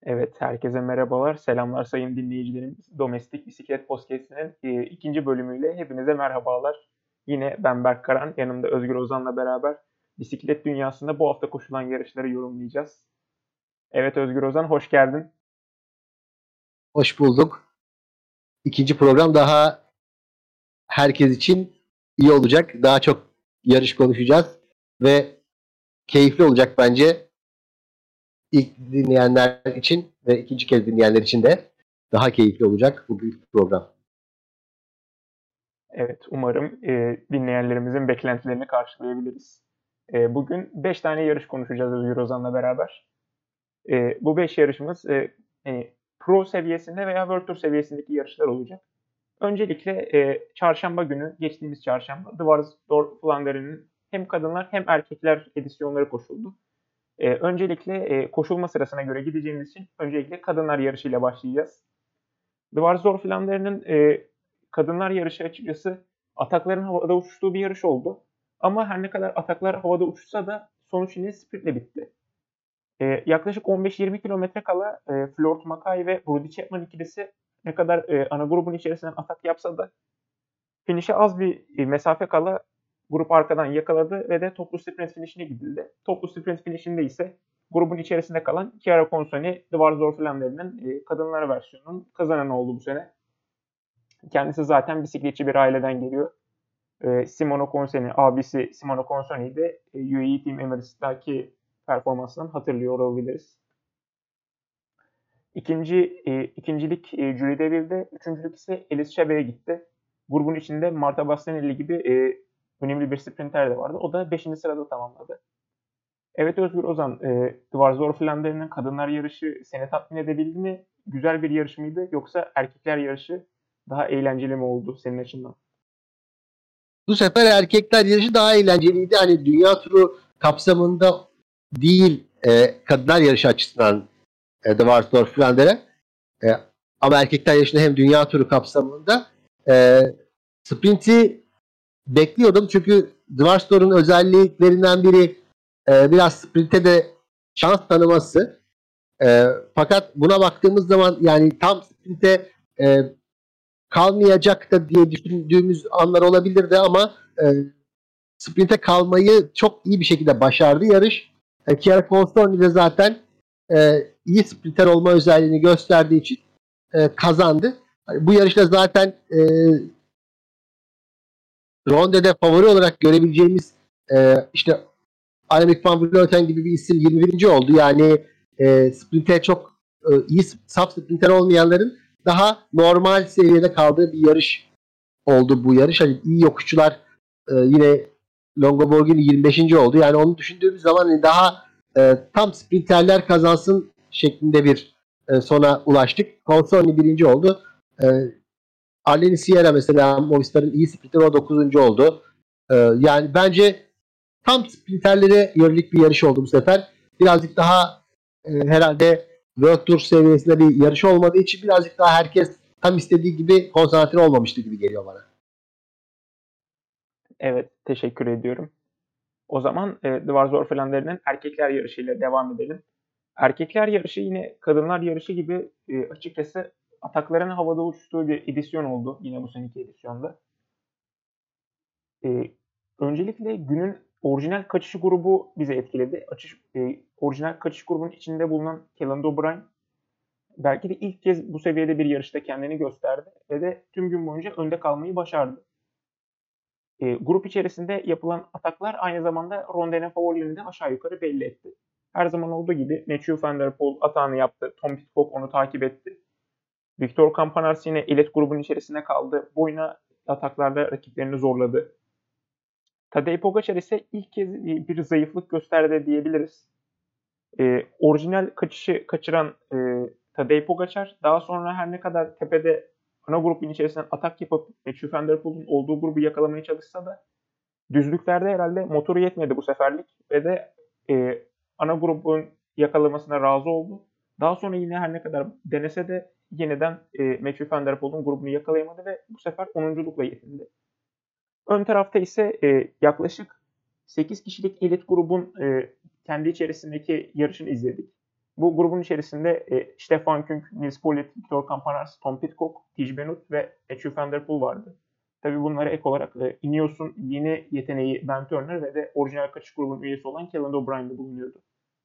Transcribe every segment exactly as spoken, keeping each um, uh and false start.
Evet, herkese merhabalar. Selamlar sayın dinleyicilerimiz. Domestik Bisiklet Podcast'inin e, ikinci bölümüyle hepinize merhabalar. Yine ben Berk Karan, yanımda Özgür Ozan'la beraber bisiklet dünyasında bu hafta koşulan yarışları yorumlayacağız. Evet Özgür Ozan, hoş geldin. Hoş bulduk. İkinci program daha herkes için iyi olacak. Daha çok yarış konuşacağız ve keyifli olacak bence. İlk dinleyenler için ve ikinci kez dinleyenler için de daha keyifli olacak bu büyük program. Evet, umarım e, dinleyenlerimizin beklentilerini karşılayabiliriz. E, bugün beş tane yarış konuşacağız Özgür Ozan'la beraber. E, bu beş yarışımız e, hani pro seviyesinde veya World Tour seviyesindeki yarışlar olacak. Öncelikle e, çarşamba günü, geçtiğimiz çarşamba, Dwars Flandern'in hem kadınlar hem erkekler edisyonları koşuldu. E, öncelikle e, koşulma sırasına göre gideceğimiz için öncelikle kadınlar yarışıyla başlayacağız. Dwars Flandern'in e, kadınlar yarışı açıkçası atakların havada uçuştuğu bir yarış oldu. Ama her ne kadar ataklar havada uçsa da sonuç yine sprintle bitti. E, yaklaşık on beş yirmi kilometre kala e, Floort Mackay ve Rudy Chapman ikilisi ne kadar e, ana grubun içerisinden atak yapsa da finişe az bir mesafe kala grup arkadan yakaladı ve de toplu sprint finişine gidildi. Toplu sprint finişinde ise grubun içerisinde kalan Chiara Consoni, Dwars Flandern'in e, kadınlar versiyonunun kazananı oldu bu sene. Kendisi zaten bisikletçi bir aileden geliyor. E, Simona Consoni, abisi Simona Consoni'yi de e, U A E Team Emirates'taki performansından hatırlıyor olabiliriz. İkinci, e, ikincilik e, Julie Deville'de, üçüncülük ise Elis Chaber'e gitti. Grubun içinde Marta Bastianelli gibi e, önemli bir sprinter de vardı. O da beşinci sırada tamamladı. Evet Özgür Ozan, e, Dwars Flandern'in kadınlar yarışı seni tatmin edebildi mi? Güzel bir yarış mıydı yoksa erkekler yarışı daha eğlenceli mi oldu senin açından? Bu sefer erkekler yarışı daha eğlenceliydi. Hani dünya turu kapsamında değil e, kadınlar yarışı açısından e, Dwars Flandern'e. E, ama erkekler yarışında hem dünya turu kapsamında e, sprinti bekliyordum çünkü Dwarstor'un özelliklerinden biri e, biraz sprinte de şans tanıması. E, fakat buna baktığımız zaman yani tam sprinte e, kalmayacak da diye düşündüğümüz anlar olabilirdi ama e, sprinte kalmayı çok iyi bir şekilde başardı yarış. E, Chiara Consoni de zaten e, iyi sprinter olma özelliğini gösterdiği için e, kazandı. Bu yarışta zaten e, Ronde'de favori olarak görebileceğimiz e, işte Annemiek van Vleuten gibi bir isim yirmi birinci oldu. Yani e, sprinter çok e, iyi saf sprinter olmayanların daha normal seviyede kaldığı bir yarış oldu bu yarış. Hani iyi yokuşçular e, yine Longo Borghini yirmi beşinci oldu. Yani onu düşündüğümüz zaman hani daha e, tam sprinterler kazansın şeklinde bir e, sona ulaştık. Consoni birinci oldu. E, Arlene Sierra mesela Movistar'ın iyi sprinter o dokuzuncu oldu. E, yani bence tam sprinterlere yönelik bir yarış oldu bu sefer. Birazcık daha e, herhalde World Tour seviyesinde bir yarış olmadığı için birazcık daha herkes tam istediği gibi konsantre olmamıştı gibi geliyor bana. Evet, teşekkür ediyorum. O zaman e, Dwars Flandern'in erkekler yarışıyla devam edelim. Erkekler yarışı yine kadınlar yarışı gibi e, açıkçası atakların havada uçtuğu bir edisyon oldu yine bu seneki edisyonda. E, öncelikle günün orijinal kaçışı grubu bizi etkiledi. Açış, e, orijinal kaçış grubunun içinde bulunan Kellan O'Brien belki de ilk kez bu seviyede bir yarışta kendini gösterdi ve de tüm gün boyunca önde kalmayı başardı. E, grup içerisinde yapılan ataklar aynı zamanda Ronde'nin favorilerini de aşağı yukarı belli etti. Her zaman olduğu gibi Mathieu van der Poel atağını yaptı. Tom Pidcock onu takip etti. Victor Campenaerts yine elit grubun içerisinde kaldı. Boyuna ataklarda rakiplerini zorladı. Tadej Pogacar ise ilk kez bir zayıflık gösterdi diyebiliriz. E, orijinal kaçışı kaçıran e, Tadej Pogacar daha sonra her ne kadar tepede ana grubun içerisinden atak yapıp Mathieu van der Poel'un olduğu grubu yakalamaya çalışsa da düzlüklerde herhalde motoru yetmedi bu seferlik ve de e, ana grubun yakalamasına razı oldu. Daha sonra yine her ne kadar denese de yeniden e, Mathieu van der Poel'un grubunu yakalayamadı ve bu sefer onunculukla yetindi. Ön tarafta ise e, yaklaşık sekiz kişilik elit grubun e, kendi içerisindeki yarışını izledik. Bu grubun içerisinde e, Stefan Küng, Nils Politt, Viktor Kampenaerts, Tom Pidcock, Tiesj Benoot ve Mathieu van der Poel vardı. Tabii bunlara ek olarak e, Ineos'un yeni yeteneği Ben Turner ve de orijinal kaçış grubunun üyesi olan Callan O'Brien'de bulunuyordu.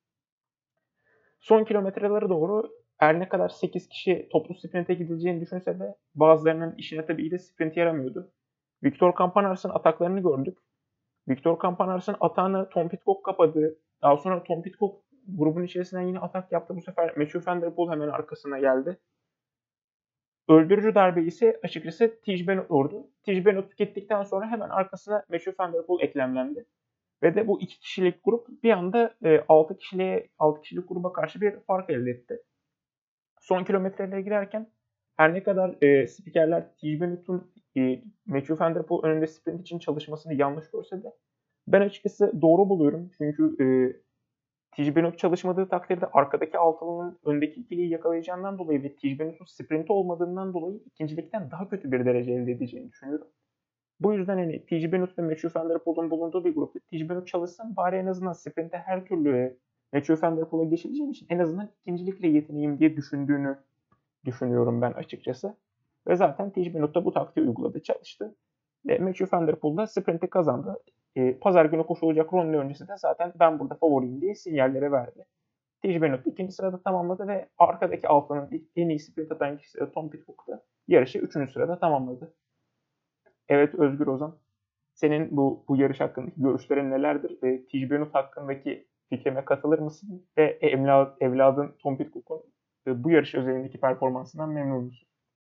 Son kilometrelere doğru her ne kadar sekiz kişi toplu sprinte gidileceğini düşünse de bazılarının işine tabii iyi de sprint yaramıyordu. Viktor Kampenaerts'ın ataklarını gördük. Viktor Kampenaerts'ın atağını Tom Pidcock kapadı. Daha sonra Tom Pidcock grubun içerisinden yine atak yaptı. Bu sefer Mathieu van der Poel hemen arkasına geldi. Öldürücü darbe ise açıkçası Tiesj Benoot vurdu. Tiesj Benoot gittikten sonra hemen arkasına Mathieu van der Poel eklemlendi. Ve de bu iki kişilik grup bir anda e, altı kişiliğe altı kişilik gruba karşı bir fark elde etti. Son kilometrelere girerken her ne kadar e, spikerler Tiesj Benoot'un e, Mathieu van der Poel önünde sprint için çalışmasını yanlış görse de ben açıkçası doğru buluyorum. Çünkü e, Tiesj Benoot çalışmadığı takdirde arkadaki altılının öndeki ikiliyi yakalayacağından dolayı ve Tiesj Benoot'un sprinti olmadığından dolayı ikincilikten daha kötü bir derece elde edeceğini düşünüyorum. Bu yüzden hani Tiesj Benoot ve Mathieu van der Poel'un bulunduğu bir grupta Tiesj Benoot çalışsın bari en azından sprinte her türlü Mathieu van der Poel'a geçileceğim için en azından ikincilikle yeteneyim diye düşündüğünü düşünüyorum ben açıkçası. Ve zaten Tiesj Benoot da bu taktiği uyguladı, çalıştı. Ve Mathieu van der Poel da sprinti kazandı. E, Pazar günü koşulacak Ronde öncesi de zaten ben burada favoriyim diye sinyallere verdi. Tiesj Benoot ikinci sırada tamamladı ve arkadaki altının en iyi sprint atan kişisi de Tom Pidcock da yarışı üçüncü sırada tamamladı. Evet Özgür Ozan, senin bu bu yarış hakkındaki görüşlerin nelerdir? E, Tiesj Benoot hakkındaki fikrime katılır mısın? Ve evlad, evladın Tom Pidcock'un e, bu yarış özelindeki performansından memnun musun?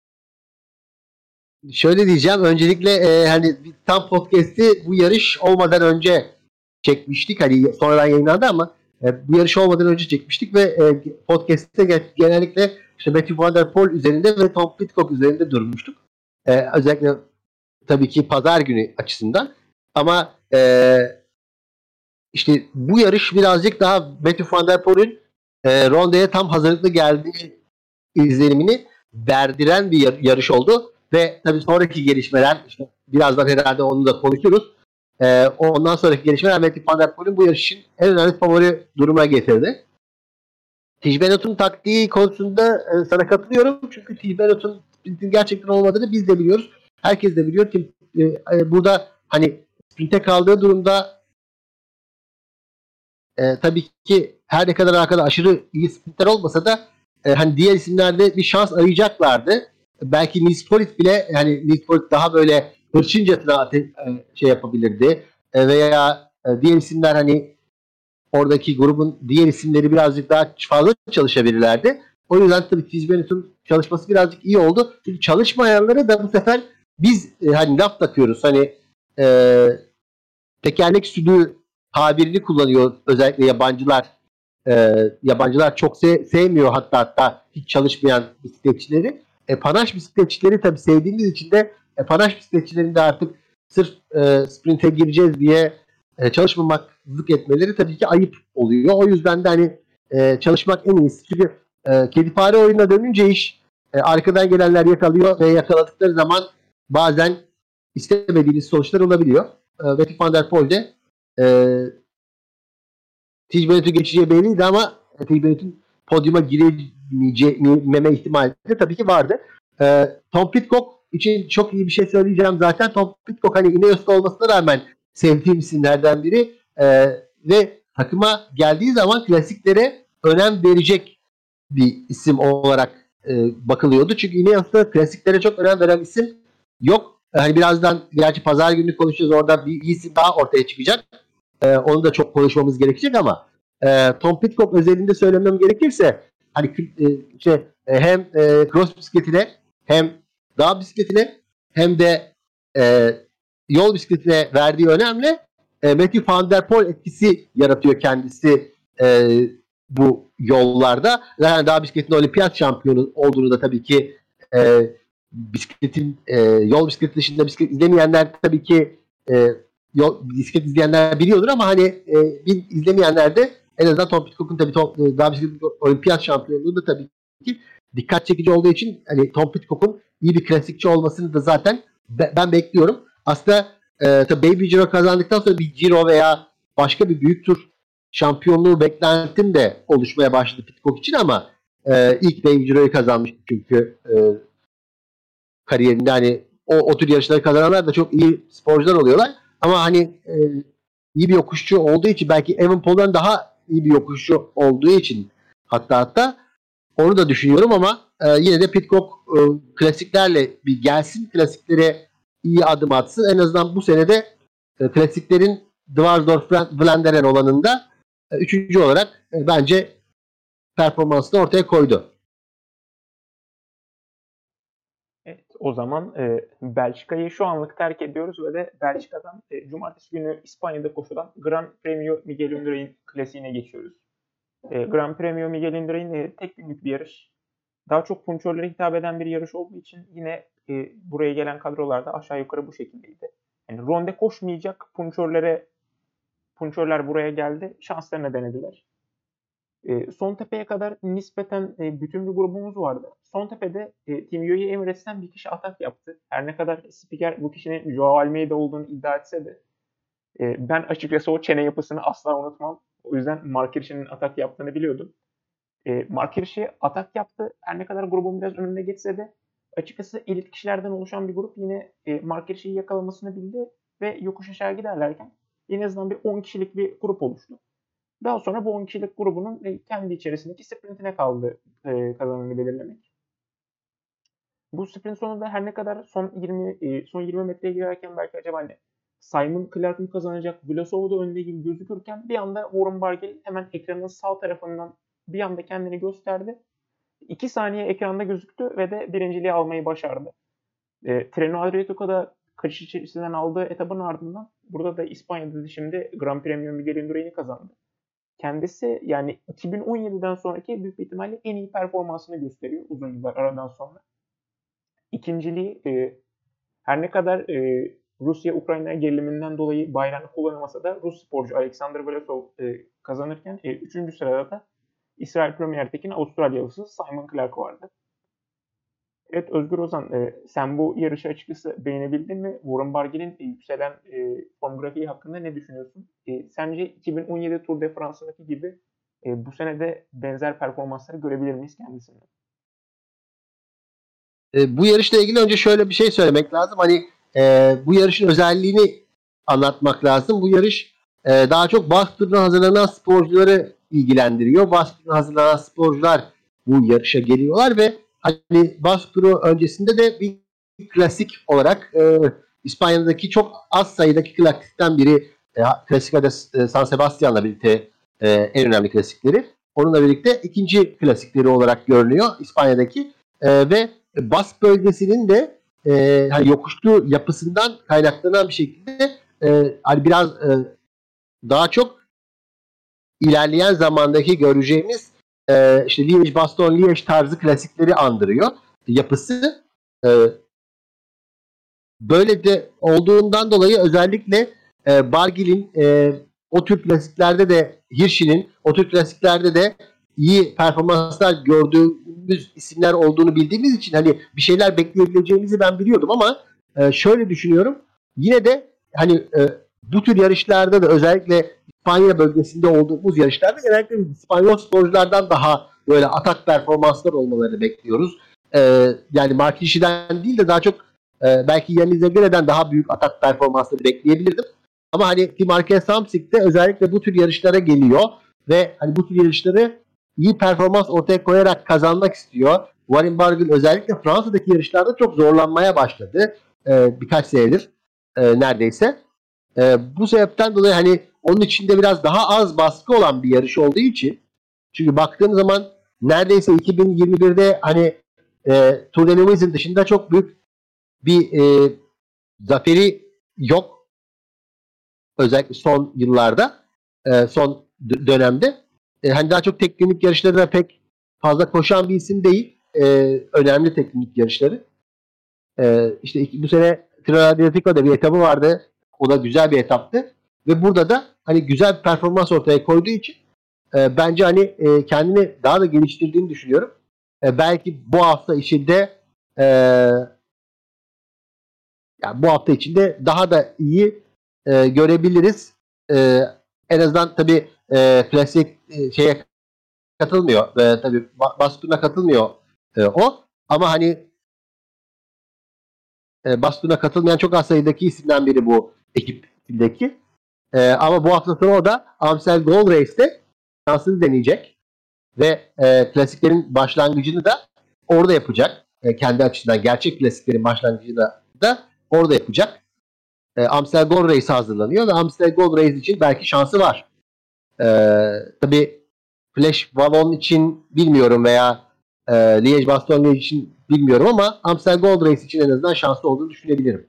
Şöyle diyeceğim. Öncelikle e, hani tam podcast'i bu yarış olmadan önce çekmiştik. Hani sonradan yayınlandı ama e, bu yarış olmadan önce çekmiştik ve e, podcast'te genellikle işte Mathieu van der Poel üzerinde ve Tom Pidcock üzerinde durmuştuk. E, özellikle tabii ki pazar günü açısından. Ama e, işte bu yarış birazcık daha Mathieu van der Poel'ün e, Ronde'ye tam hazırlıklı geldiği izlenimini verdiren bir yar- yarış oldu. Ve tabii sonraki gelişmeler, işte birazdan herhalde onu da konuşuruz. Ee, ondan sonraki gelişmeler Mathieu van der Poel'ün bu yarışın en önemli favori duruma getirdi. Tiesj Benoot'un taktiği konusunda e, sana katılıyorum. Çünkü Tiesj Benoot'un sprintin gerçekten olmadığını biz de biliyoruz. Herkes de biliyor ki e, e, burada hani sprinte kaldığı durumda e, tabii ki her ne kadar arkada aşırı iyi sprinter olmasa da e, hani diğer isimlerde bir şans arayacaklardı. Belki Nils Politt bile yani Nils Politt daha böyle hırçıncasına şey yapabilirdi. E, veya e, diğer isimler hani oradaki grubun diğer isimleri birazcık daha fazla çalışabilirlerdi. O yüzden tabii Tiesj Benoot'un çalışması birazcık iyi oldu. Çünkü çalışmayanlara da bu sefer biz e, hani laf takıyoruz. Hani e, tekerlek südü tabirini kullanıyor özellikle yabancılar. E, yabancılar çok se- sevmiyor hatta hatta hiç çalışmayan bisikletçileri. E, panaş bisikletçileri tabii sevdiğimiz için de e, panaş bisikletçilerinde artık sırf e, sprinte gireceğiz diye e, çalışmamaklık etmeleri tabii ki ayıp oluyor. O yüzden de hani e, çalışmak en iyisi. Çünkü e, kedi fare oyununa dönünce iş e, arkadan gelenler yakalıyor ve yakaladıkları zaman bazen istemediğiniz sonuçlar olabiliyor. E, Mathieu van der Poel de e, Tiesj Benoot'u geçeceği belliydi ama Tiesj Benoot'un podyuma girememe ihtimali de tabii ki vardı. E, Tom Pidcock için çok iyi bir şey söyleyeceğim zaten. Tom Pidcock hani Ineos'ta olmasına rağmen sevdiğim isimlerden biri e, ve takıma geldiği zaman klasiklere önem verecek bir isim olarak e, bakılıyordu. Çünkü Ineos'ta klasiklere çok önem veren isim yok. Hani birazdan gerçi pazar günü konuşacağız. Orada bir isim daha ortaya çıkacak. E, onu da çok konuşmamız gerekecek ama e, Tom Pidcock özelinde söylemem gerekirse hani e, işte e, hem e, cross bisikletine hem dağ bisikletine hem de e, yol bisikletine verdiği önemle e, Mathieu van der Poel etkisi yaratıyor kendisi e, bu yollarda. Yani dağ bisikletinin olimpiyat şampiyonu olduğunu da tabii ki e, bisikletin e, yol bisikleti dışında bisiklet izlemeyenler tabii ki e, yol, bisiklet izleyenler biliyordur ama hani e, bil, izlemeyenler de en azından Tom Pidcock'un tabii Tom, dağ bisikleti olimpiyat şampiyonluğu da tabii ki dikkat çekici olduğu için hani Tom Pidcock'un iyi bir klasikçi olmasını da zaten be, ben bekliyorum. Aslında e, tabii Baby Giro kazandıktan sonra bir Giro veya başka bir büyük tur şampiyonluğu beklentim de oluşmaya başladı Pidcock için ama e, ilk Dave Giro'yu kazanmıştı çünkü e, kariyerinde hani o, o tür yarışları kazananlar da çok iyi sporcular oluyorlar. Ama hani e, iyi bir yokuşçu olduğu için belki Evenepoel'dan daha iyi bir yokuşçu olduğu için hatta hatta onu da düşünüyorum ama e, yine de Pidcock e, klasiklerle bir gelsin, klasiklere iyi adım atsın. En azından bu senede e, klasiklerin Dvarsdorf-Vlaanderen olanında e, üçüncü olarak e, bence performansını ortaya koydu. Evet, o zaman e, Belçika'yı şu anlık terk ediyoruz ve de Belçika'dan e, cumartesi günü İspanya'da koşulan Gran Premio Miguel Indurain klasiğine geçiyoruz. E, Gran Premio Miguel Indurain e, tek günlük bir yarış. Daha çok punçörlere hitap eden bir yarış olduğu için yine e, buraya gelen kadrolarda aşağı yukarı bu şekildeydi. Yani ronde koşmayacak punçörlere punçörler buraya geldi. Şanslarını denediler. E, son tepeye kadar nispeten e, bütün bir grubumuz vardı. Son tepede e, Team U A E Emirates'ten bir kişi atak yaptı. Her ne kadar spiker bu kişinin Joao Almeida olduğunu iddia etse de e, ben açıkçası o çene yapısını asla unutmam. O yüzden Mark Hirschi'nin atak yaptığını biliyordum. E, Mark Hirschi atak yaptı. Her ne kadar grubun biraz önünde geçse de açıkçası elit kişilerden oluşan bir grup yine e, Mark Hirschi'yi yakalamasını bildi ve yokuş aşağı giderlerken en azından bir on kişilik bir grup oluştu. Daha sonra bu on kişilik grubunun e, kendi içerisindeki sprintine kaldı e, kazananı belirlemek. Bu sprint sonunda her ne kadar son yirmi e, son yirmi metreye girerken belki acaba hani Simon Clark mı kazanacak, Vlasov da önde gibi gözükürken bir anda Warren Barguil hemen ekranın sağ tarafından bir anda kendini gösterdi. iki saniye ekranda gözüktü ve de birinciliği almayı başardı. E, Treno Adriatico'da kaçış içerisinden aldığı etabın ardından burada da İspanya'da şimdi Gran Premio Miguel Indurain'i kazandı. Kendisi yani iki bin on yediden sonraki büyük bir ihtimalle en iyi performansını gösteriyor uzun yıllar aradan sonra. İkinciliği e, her ne kadar e, Rusya-Ukrayna geriliminden dolayı bayrağını kullanamasa da Rus sporcu Alexander Vlasov e, kazanırken e, üçüncü sırada da İsrail Premier Tek'in Avustralyalısı Simon Clark vardı. Evet Özgür Ozan, e, sen bu yarışı açıkçası beğenebildin mi? Warren Barguil'in e, yükselen e, form grafiği hakkında ne düşünüyorsun? E, sence iki bin on yedi Tour de France'daki gibi e, bu sene de benzer performansları görebilir miyiz kendisinden? E, bu yarışla ilgili önce şöyle bir şey söylemek lazım. Hani e, bu yarışın özelliğini anlatmak lazım. Bu yarış e, daha çok Basque turuna hazırlanan sporcuları ilgilendiriyor. Basque turuna hazırlanan sporcular bu yarışa geliyorlar ve hani Basque turu öncesinde de bir klasik olarak e, İspanya'daki çok az sayıdaki klasikten biri e, Clasica de San Sebastian'la birlikte e, en önemli klasikleri. Onunla birlikte ikinci klasikleri olarak görünüyor İspanya'daki e, ve Basque bölgesinin de e, hani yokuşlu yapısından kaynaklanan bir şekilde e, hani biraz e, daha çok ilerleyen zamandaki göreceğimiz e, işte Liège, Bastogne, Liège tarzı klasikleri andırıyor yapısı. E, böyle de olduğundan dolayı özellikle e, Barguil'in e, o tür klasiklerde de Hirschi'nin o tür klasiklerde de iyi performanslar gördüğümüz isimler olduğunu bildiğimiz için hani bir şeyler bekleyebileceğimizi ben biliyordum ama e, şöyle düşünüyorum. Yine de hani e, bu tür yarışlarda da özellikle İspanya bölgesinde olduğumuz yarışlarda genellikle İspanyol sporculardan daha böyle atak performanslar olmalarını bekliyoruz. E, yani Mark Hirschi'den değil de daha çok e, belki Yannick Zegre'den daha büyük atak performansları bekleyebilirdim. Ama hani Team Arkea Samsic de özellikle bu tür yarışlara geliyor ve hani bu tür yarışları iyi performans ortaya koyarak kazanmak istiyor. Warren Barguil özellikle Fransa'daki yarışlarda çok zorlanmaya başladı. Ee, birkaç senedir e, neredeyse. E, bu sebepten dolayı hani onun içinde biraz daha az baskı olan bir yarış olduğu için çünkü baktığım zaman neredeyse iki bin yirmi birde hani e, Tour de Neuwies'in dışında çok büyük bir e, zaferi yok. Özellikle son yıllarda, e, son d- dönemde. E, hani daha çok teknik yarışlarına pek fazla koşan bir isim değil. E, önemli teknik yarışları. E, işte iki, bu sene Tirreno Adriatico'da bir etabı vardı. O da güzel bir etaptı. Ve burada da hani güzel bir performans ortaya koyduğu için e, bence hani e, kendini daha da geliştirdiğini düşünüyorum. E, belki bu hafta içinde e, yani bu hafta içinde daha da iyi e, görebiliriz. E, En azından tabii e, klasik e, şeye katılmıyor. E, tabii ba- bas turuna katılmıyor e, o. Ama hani e, bas turuna katılmayan çok az sayıdaki isimden biri bu ekipteki. E, ama bu hafta sonu o da Amstel Gold Race'te şansını deneyecek. Ve e, klasiklerin başlangıcını da orada yapacak. E, kendi açısından gerçek klasiklerin başlangıcını da, da orada yapacak. E, Amstel Gold Race hazırlanıyor ve Amstel Gold Race için belki şansı var. E, tabii Flash Wallon için bilmiyorum veya e, Liège-Bastogne için bilmiyorum ama Amstel Gold Race için en azından şanslı olduğunu düşünebilirim.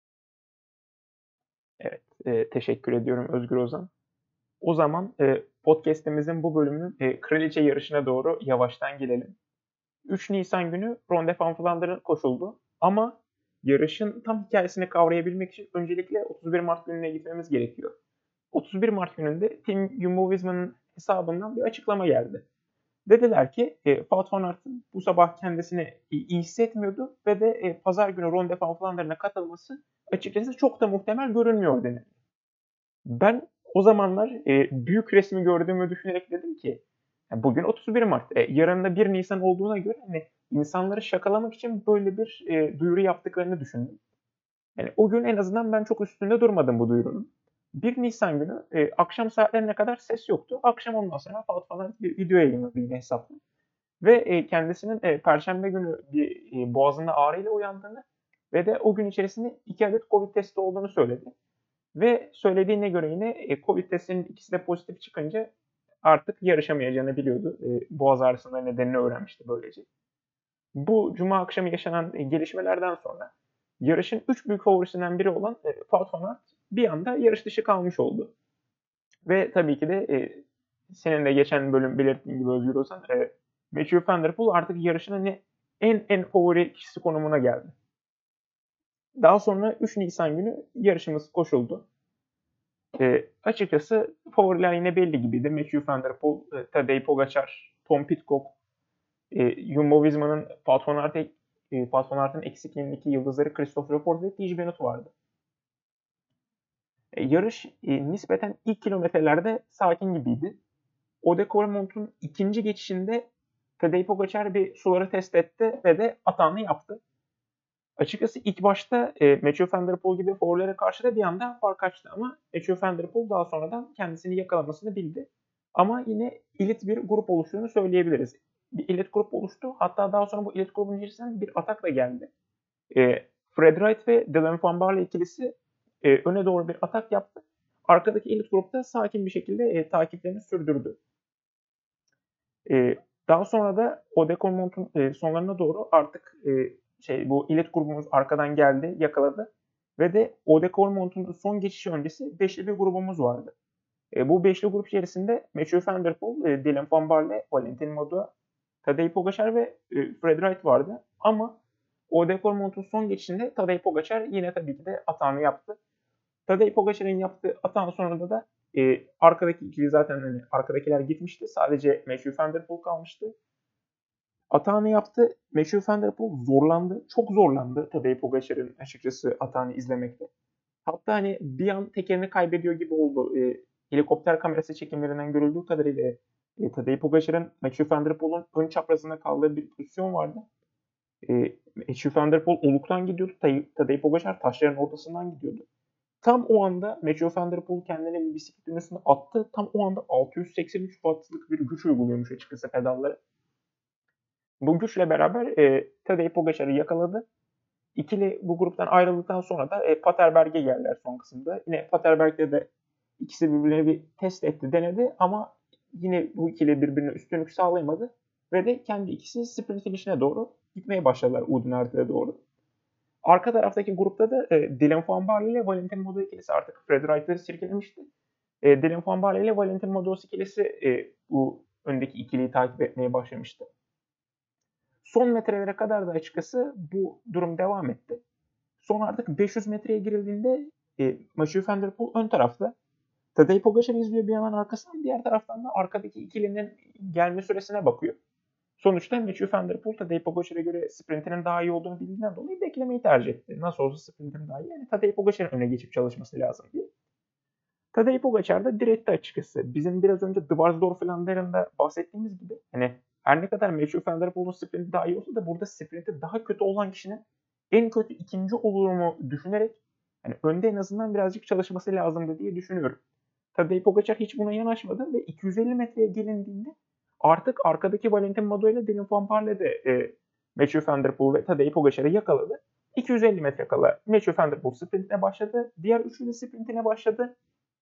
Evet, e, teşekkür ediyorum Özgür Ozan. O zaman e, podcast'imizin bu bölümünün e, kraliçe yarışına doğru yavaştan gelelim. üç Nisan günü Ronde van Vlaander'ın koşuldu. Ama yarışın tam hikayesini kavrayabilmek için öncelikle otuz bir Mart gününe gitmemiz gerekiyor. otuz bir Mart gününde Team Jumbo-Visma'nın hesabından bir açıklama geldi. Dediler ki e, Wout van Aert bu sabah kendisini iyi hissetmiyordu ve de e, pazar günü Ronde van Vlaander'ına katılması açıkçası çok da muhtemel görünmüyor denildi. Ben o zamanlar e, büyük resmi gördüğümü düşünerek dedim ki ya bugün otuz bir Mart. E, yarın da bir Nisan olduğuna göre hani insanları şakalamak için böyle bir e, duyuru yaptıklarını düşündüm. Yani o gün en azından ben çok üstünde durmadım bu duyurunun. bir Nisan günü e, akşam saatlerine kadar ses yoktu. Akşam ondan sonra Wout van Aert bir video yayınladı yine hesapla. Ve e, kendisinin e, Perşembe günü bir e, boğazında ağrıyla uyandığını ve de o gün içerisinde iki adet Covid testi olduğunu söyledi. Ve söylediğine göre yine e, Covid testinin ikisi de pozitif çıkınca artık yarışamayacağını biliyordu. E, boğaz ağrısının nedenini öğrenmişti böylece. Bu cuma akşamı yaşanan e, gelişmelerden sonra yarışın üç büyük favorisinden biri olan e, Wout van Aert bir anda yarış dışı kalmış oldu. Ve tabii ki de e, senin de geçen bölüm belirttiğin gibi Özgür Ozan, e, Mathieu van der Poel artık yarışın ne, en en favori kişisi konumuna geldi. Daha sonra üç Nisan günü yarışımız koşuldu. E, açıkçası favoriler yine belli gibiydi. Mathieu van der Poel, e, Tadej Pogacar, Tom Pidcock, e, Jumbo-Visma'nın Wout van Aert'e e, Wout van Aert'ın eksikliğindeki yıldızları Christophe Laporte ve Tiesj Benoot vardı. E, yarış e, nispeten ilk kilometrelerde sakin gibiydi. Odekormont'un ikinci geçişinde Tadej Pogacar bir suları test etti ve de atağını yaptı. Açıkçası ilk başta e, Mathieu van der Poel gibi favorilere karşı da bir anda fark açtı ama Mathieu van der Poel daha sonradan kendisini yakalamasını bildi. Ama yine elit bir grup oluştuğunu söyleyebiliriz. Bir elit grup oluştu. Hatta daha sonra bu elit grubun içerisinden bir atak da geldi. E, Fred Wright ve Dylan Van Baarle ikilisi e, öne doğru bir atak yaptı. Arkadaki elit grupta sakin bir şekilde e, takiplerini sürdürdü. E, daha sonra da Odekormont'un e, sonlarına doğru artık e, şey bu elit grubumuz arkadan geldi, yakaladı. Ve de Odekormont'un son geçişi öncesi beşli bir grubumuz vardı. E, bu beşli grup içerisinde Mathieu van der Poel, e, Dylan Van Baarle, Valentin Madouas, Tadej Pogacar ve e, Fred Wright vardı. Ama Odekormont'un son geçişinde Tadej Pogacar yine tabii ki de atağını yaptı. Tadej Pogacar'ın yaptığı atağın sonunda da e, arkadaki ikili zaten hani arkadakiler gitmişti. Sadece Mathieu van der Poel kalmıştı. Atağını yaptı. Mathieu van der Poel zorlandı. Çok zorlandı Tadej Pogacar'ın açıkçası atağını izlemekte. Hatta hani bir an tekerini kaybediyor gibi oldu. E, helikopter kamerası çekimlerinden görüldüğü kadarıyla e, Tadej Pogacar'ın Mathieu van der Poel'un ön çaprazında kaldığı bir pozisyon vardı. E, Mathieu van der Poel oluktan gidiyordu. Tadej Pogacar taşların ortasından gidiyordu. Tam o anda Mathieu van der Poel kendine bir bisikletin üstüne attı. Tam o anda altı yüz seksen üç wattlık bir güç uyguluyormuş açıkçası pedallara. Bu güçle beraber e, Tadej Pogacar'ı yakaladı. İkili bu gruptan ayrıldıktan sonra da e, Paterberg'e geldiler son kısımda. Yine Paterberg'de de ikisi birbirine bir test etti, denedi ama yine bu ikili birbirine üstünlük sağlayamadı. Ve de kendi ikisi sprint finishine doğru gitmeye başladılar Oudenarde'ye doğru. Arka taraftaki grupta da e, Dylan Van Baarle ile Valentin Madouas ikilisi artık Fred Wright'ı sirkelemişti. E, Dylan Van Baarle ile Valentin Madouas ikilisi e, bu öndeki ikiliyi takip etmeye başlamıştı. Son metrelere kadar da açıkçası bu durum devam etti. Son artık beş yüz metreye girildiğinde e, Mathieu van der Poel ön tarafta. Tadej Pogacar izliyor bir yandan arkasından. Diğer taraftan da arkadaki ikilinin gelme süresine bakıyor. Sonuçta Mathieu van der Poel Tadej Pogacar'a göre sprintinin daha iyi olduğunu bildiğinden dolayı beklemeyi tercih etti. Nasıl olsa sprintin daha iyi. Yani Tadej Pogacar'ın öne geçip çalışması lazım diye. Tadej Pogacar da diretti açıkçası. Bizim biraz önce Dvarsdorf Flandern'da bahsettiğimiz gibi hani her ne kadar Mathieu van der Poel'un sprinti daha iyi olsa da burada sprinti daha kötü olan kişinin en kötü ikinci olurumu düşünerek hani önde en azından birazcık çalışması lazımdı diye düşünüyorum. Tadej Pogacar hiç buna yanaşmadı ve iki yüz elli metreye gelindiğinde artık arkadaki Valentin Madouas ile Dylan van Baarle de e, Mathieu van der Poel ve Tadej Pogacar'ı yakaladı. iki yüz elli metre kala Mathieu van der Poel sprintine başladı. Diğer üçlü de sprintine başladı.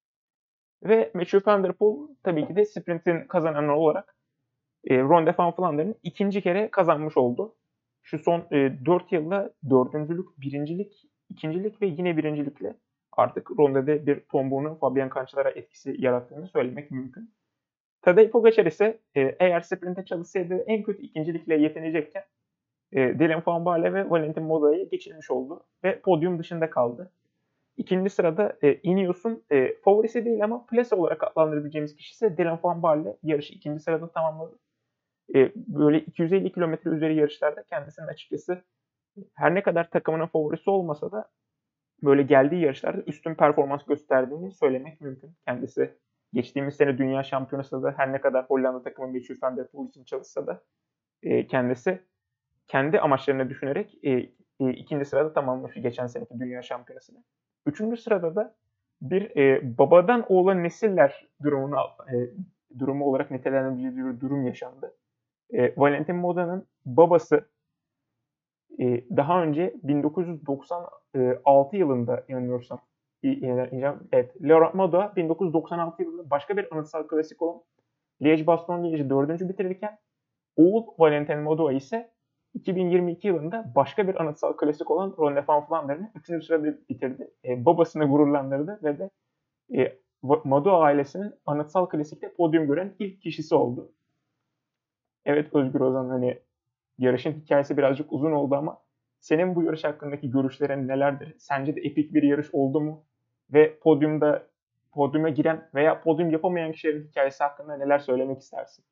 Ve Mathieu van der Poel tabii ki de sprintin kazananı olarak e, Ronde van Vlaanderen'i ikinci kere kazanmış oldu. Şu son e, dört yılda dördüncülük, birincilik, ikincilik ve yine birincilikle artık Ronde'de bir tombuğunu Fabian Cancellara etkisi yarattığını söylemek mümkün. Tadej Pogacar ise e, eğer sprinte çalışsaydı en kötü ikincilikle yetinecekken e, Dylan van Baarle ve Valentin Madouas'ı geçirmiş oldu ve podyum dışında kaldı. İkinci sırada e, Ineos'un e, favorisi değil ama plase olarak adlandırabileceğimiz kişi ise Dylan van Baarle yarışı ikinci sırada tamamladı. E, böyle iki yüz elli kilometre üzeri yarışlarda kendisinin açıkçası her ne kadar takımının favorisi olmasa da böyle geldiği yarışlarda üstün performans gösterdiğini söylemek mümkün. Kendisi geçtiğimiz sene Dünya Şampiyonası'nda da her ne kadar Hollanda takımı Mathieu van der Poel için çalışsa da e, kendisi kendi amaçlarını düşünerek e, e, ikinci sırada tamamlamış geçen seneki Dünya Şampiyonası'nda. Üçüncü sırada da bir e, babadan oğula nesiller durumunu e, durumu olarak nitelendirilebilecek bir durum yaşandı. E, Valentin Madouas'ın babası e, daha önce bin dokuz yüz doksan altı yılında yanılmıyorsam evet, Laurent Madouas bin dokuz yüz doksan altı yılında başka bir anıtsal klasik olan Liège-Bastogne-Liège'i dördüncü bitirirken oğul Valentin Madouas ise iki bin yirmi iki yılında başka bir anıtsal klasik olan Ronde van Vlaanderen'i üçüncü sırada bitirdi. E, babasını gururlandırdı ve de e, Madouas ailesinin anıtsal klasikte podyum gören ilk kişisi oldu. Evet Özgür Ozan, hani yarışın hikayesi birazcık uzun oldu ama senin bu yarış hakkındaki görüşlerin nelerdir? Sence de epik bir yarış oldu mu? Ve podyumda podyuma giren veya podyum yapamayan kişilerin hikayesi hakkında neler söylemek istersin?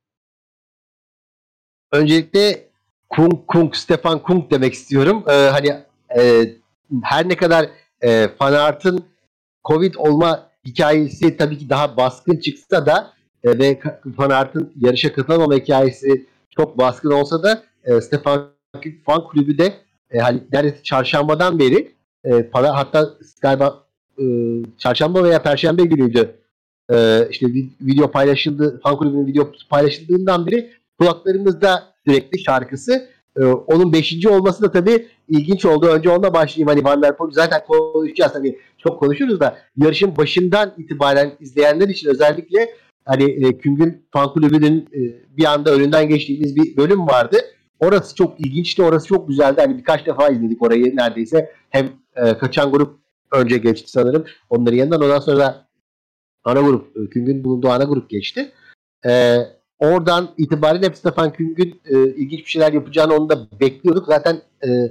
Öncelikle Kung Kung Stefan Kung demek istiyorum. Ee, hani e, her ne kadar e, Van Aert'ın Covid olma hikayesi tabii ki daha baskın çıksa da e, ve Van Aert'ın yarışa katılamama hikayesi çok baskın olsa da e, Stefan Kung fan kulübü de e, hani neredeyse çarşambadan beri e, para, hatta galiba e, çarşamba veya perşembe günüydü. E, işte video paylaşıldı, fan kulübünün video paylaşıldığından beri kulaklarımızda sürekli şarkısı. Ee, onun beşinci olması da tabii ilginç oldu. Önce onunla başlayayım. Hani Van der Poel zaten konuşacağız tabii. Çok konuşuruz da yarışın başından itibaren izleyenler için özellikle hani e, Küng'ün fan kulübünün e, bir anda önünden geçtiğimiz bir bölüm vardı. Orası çok ilginçti. Orası çok güzeldi. Hani birkaç defa izledik orayı neredeyse. Hem e, kaçan grup önce geçti sanırım. Onların yanından. Ondan sonra da ana grup, Küng'ün bulunduğu ana grup geçti. Eee Oradan itibaren hep Stefan Küng'ün e, ilginç bir şeyler yapacağını onu da bekliyorduk. Zaten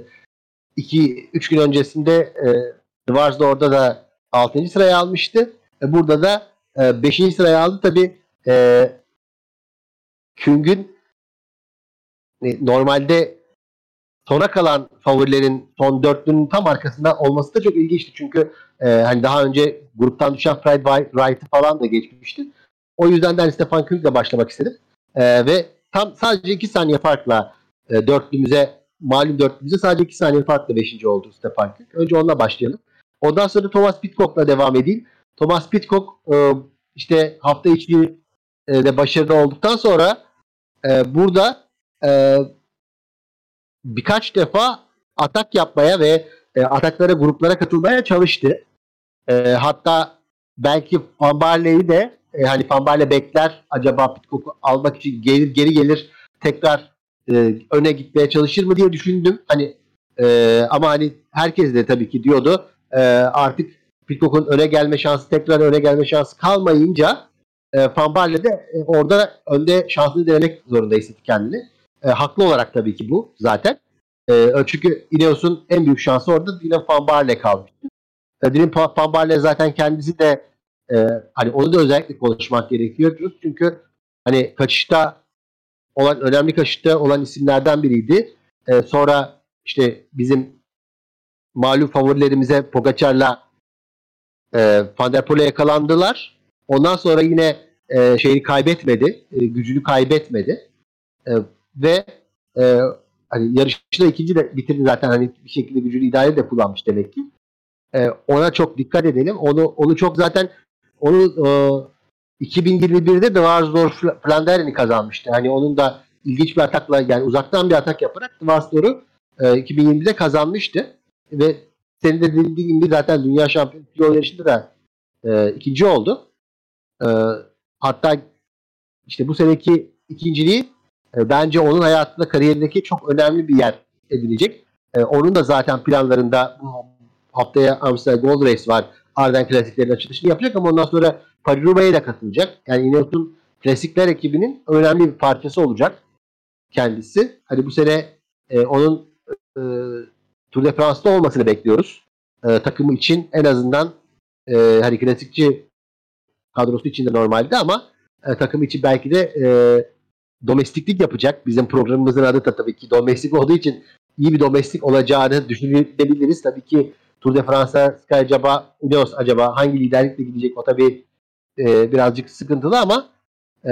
iki üç gün öncesinde e, Dvarsdorf'da da altıncı sıraya almıştı. E, burada da e, beşinci sıraya aldı. Tabii e, Küng'ün e, normalde sona kalan favorilerin son dörtlünün tam arkasında olması da çok ilginçti. Çünkü e, hani daha önce gruptan düşen Fred Wright'ı falan da geçmişti. O yüzden de hani Stefan Küng'le başlamak istedim. Ee, ve tam sadece iki saniye farkla e, dörtlümüze, malum dörtlümüze sadece iki saniye farkla beşinci oldu Stefan Küng. Önce onunla başlayalım. Ondan sonra Thomas Pidcock'la devam edeyim. Thomas Pidcock e, işte hafta içi e, de başarılı olduktan sonra e, burada e, birkaç defa atak yapmaya ve e, ataklara, gruplara katılmaya çalıştı. E, hatta belki Van Baarle'yi de e, hani Van Baarle bekler acaba Pidcock'u almak için gelir geri gelir tekrar e, öne gitmeye çalışır mı diye düşündüm. Hani e, ama hani herkes de tabii ki diyordu e, artık Pidcock'un öne gelme şansı tekrar öne gelme şansı kalmayınca e, Van Baarle de e, orada önde şansını denemek zorunda hissetti kendini. E, haklı olarak tabii ki bu zaten. E, çünkü Ineos'un en büyük şansı orada Dylan Van Baarle kalmıştı. Dylan Van Baarle zaten kendisi de e, hani onu da özellikle konuşmak gerekiyor. Çünkü hani kaçışta olan önemli kaçışta olan isimlerden biriydi. E, sonra işte bizim malum favorilerimize Pogacar'la E, Van der Poel'e yakalandılar. Ondan sonra yine e, şeyini kaybetmedi. E, gücünü kaybetmedi. E, ve e, hani yarışta ikinci de bitirdi zaten, hani bir şekilde gücünü idare de kullanmış demek ki. E, ona çok dikkat edelim. Onu onu çok zaten onu e, iki bin yirmi birde de Dwarsdorf Flanderen'i kazanmıştı. Hani onun da ilginç bir atakla, yani uzaktan bir atak yaparak Dwarsdorf'u e, iki bin yirmide kazanmıştı. Ve senin de dediğin gibi zaten dünya şampiyonu kilo yarışında da e, ikinci oldu. E, hatta işte bu seneki ikinciliği e, bence onun hayatında, kariyerindeki çok önemli bir yer edilecek. E, onun da zaten planlarında bu haftaya Amstel Gold Race var. Arden Klasiklerinin açılışını yapacak ama ondan sonra Paris-Roubaix'e de katılacak. Yani Ineos'un klasikler ekibinin önemli bir parçası olacak kendisi. Hani bu sene e, onun e, Tour de France'da olmasını bekliyoruz. E, takımı için en azından e, hani klasikçi kadrosu için de normalde ama e, takım için belki de e, domestiklik yapacak. Bizim programımızın adı da tabii ki domestik olduğu için iyi bir domestik olacağını düşünebiliriz. Tabii ki Tour de France'a Sky acaba, Ineos acaba hangi liderlikle gidecek, o tabii e, birazcık sıkıntılı ama e,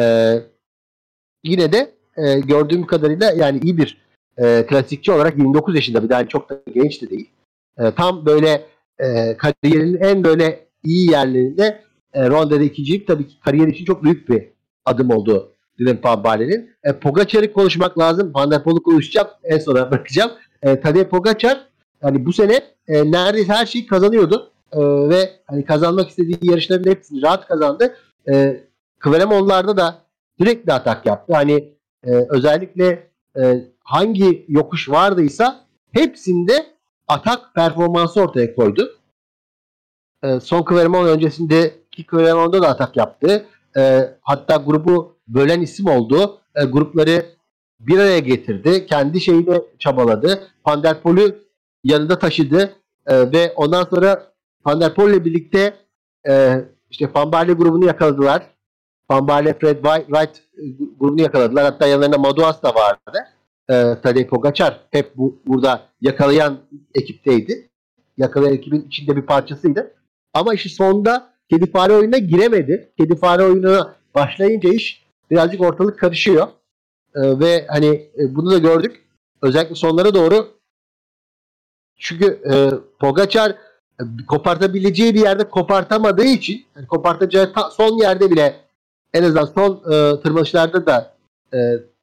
yine de e, gördüğüm kadarıyla yani iyi bir e, klasikçi olarak yirmi dokuz yaşında, bir daha çok da genç de değil. E, tam böyle e, kariyerinin en böyle iyi yerlerinde e, Ronde'de ikincilik tabii ki kariyer için çok büyük bir adım oldu Dylan van Baarle'nin. E, Pogacar'ı konuşmak lazım. Van der Poel'u konuşacağım. En sona bırakacağım. E, Tadej Pogacar yani bu sene e, neredeyse her şeyi kazanıyordu. E, ve hani kazanmak istediği yarışların hepsini rahat kazandı. E, Kveremon'larda da sürekli atak yaptı. Hani e, özellikle e, hangi yokuş vardıysa hepsinde atak performansı ortaya koydu. E, son Kveremon öncesindeki Kveremon'da da atak yaptı. E, hatta grubu bölen isim oldu. E, grupları bir araya getirdi. Kendi şeyini çabaladı. Van der Poel'ü yanında taşıdı. E, ve ondan sonra Van der Poel'le birlikte e, işte Van Baarle grubunu yakaladılar. Van Baarle, Fred Wright grubunu yakaladılar. Hatta yanlarında Madouas da vardı. E, Tadej Pogacar hep bu, burada yakalayan ekipteydi. Yakalayan ekibin içinde bir parçasıydı. Ama işte sonunda kedi fare oyununa giremedi. Kedi fare oyununa başlayınca iş birazcık ortalık karışıyor. E, ve hani e, bunu da gördük. Özellikle sonlara doğru. Çünkü e, Pogacar e, kopartabileceği bir yerde kopartamadığı için, yani kopartacağı ta, son yerde bile, en azından son e, tırmanışlarda da e,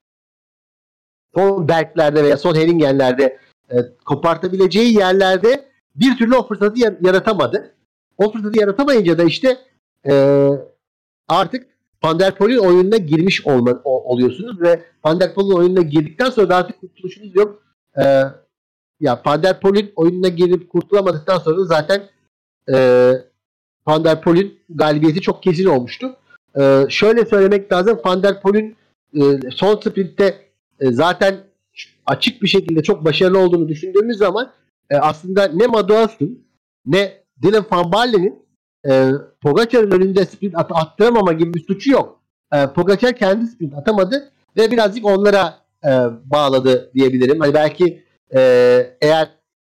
son berklerde veya son Heringenlerde e, kopartabileceği yerlerde bir türlü o fırsatı yaratamadı. O fırsatı yaratamayınca da işte e, artık Van der Poel'in oyununa girmiş olma, o, oluyorsunuz ve Van der Poel'in oyununa girdikten sonra da artık kurtuluşunuz yok. E, ya Van der Poel'in oyununa girip kurtulamadıktan sonra da zaten e, Van der Poel'in galibiyeti çok kesin olmuştu. E, şöyle söylemek lazım, Van der Poel'in e, son sprintte e, zaten açık bir şekilde çok başarılı olduğunu düşündüğümüz zaman e, aslında ne Madouas'ın ne Dylan van Baarle'nin e, Pogacar'ın önünde sprint at- attıramama gibi bir suçu yok. E, Pogacar kendi sprint atamadı ve birazcık onlara e, bağladı diyebilirim. Hani belki e, eğer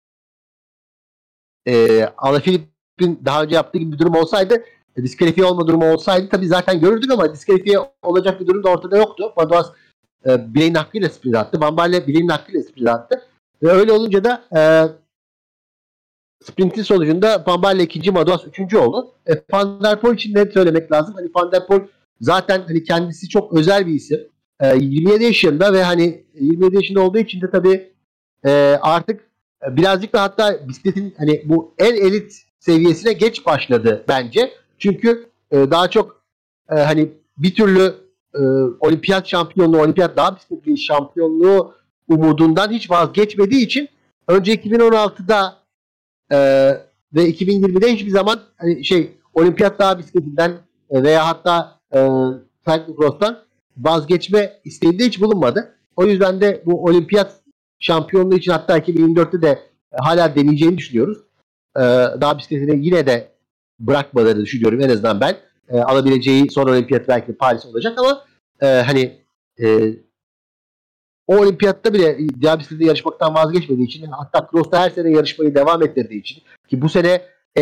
e, Alaphilippe'in daha önce yaptığı gibi bir durum olsaydı, e, diskalifiye olma durumu olsaydı tabii zaten görürdük ama diskalifiye olacak bir durum da ortada yoktu. Madouas e, bileğin hakkıyla sprint attı. Van Baarle bileğin hakkıyla sprint attı. Ve öyle olunca da e, sprintin sonucunda Van Baarle ikinci, Madouas üçüncü oldu. E, Van der Poel için ne söylemek lazım? Hani Van der Poel zaten hani kendisi çok özel bir isim. E, yirmi yedi yaşında ve hani yirmi yedi yaşında olduğu için de tabii e, artık birazcık da hatta bisikletin hani bu en elit seviyesine geç başladı bence. Çünkü e, daha çok e, hani bir türlü e, olimpiyat şampiyonluğu, olimpiyat dağ bisikleti şampiyonluğu umudundan hiç vazgeçmediği için önce iki bin on altıda e, ve iki bin yirmide hiçbir zaman hani şey olimpiyat dağ bisikletinden e, veya hatta e, cyclocross'tan vazgeçme isteğinde hiç bulunmadı. O yüzden de bu olimpiyat şampiyonluğu için hatta iki bin yirmi dörtte de e, hala deneyeceğini düşünüyoruz. E, dağ bisikletini yine de bırakmadığını düşünüyorum en azından ben. E, alabileceği son olimpiyat belki de Paris olacak ama e, hani e, o olimpiyatta bile dağ bisikletiyle yarışmaktan vazgeçmediği için, hatta cross'ta her sene yarışmayı devam ettirdiği için, ki bu sene eğer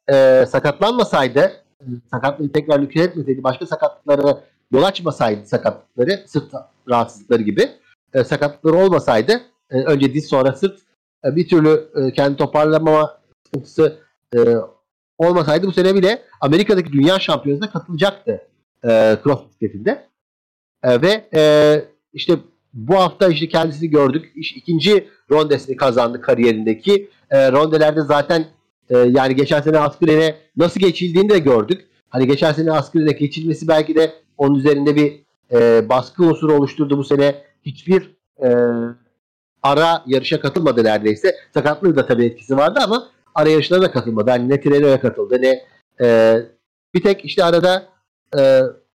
e, sakatlanmasaydı, e, sakatlığı tekrar nükle etmeseydi, başka sakatlıklara yol açmasaydı, sakatlıkları, sırt rahatsızlıkları gibi e, sakatlıkları olmasaydı, e, önce diz sonra sırt, e, bir türlü e, kendi toparlamama sıkıntısı e, olmasaydı bu sene bile Amerika'daki dünya şampiyonasına katılacaktı e, cross bisikletinde. E, ve e, işte bu hafta işte kendisini gördük. İşte ikinci rondesini kazandı kariyerindeki. E, rondelerde zaten e, yani geçen sene Askeren'e nasıl geçildiğini de gördük. Hani geçen sene Askeren'e geçilmesi belki de onun üzerinde bir e, baskı unsuru oluşturdu bu sene. Hiçbir e, ara yarışa katılmadı neredeyse. Sakatlığı da tabii etkisi vardı ama ara yarışlara da katılmadı. Hani ne Tirreno'ya katıldı ne e, bir tek işte arada e,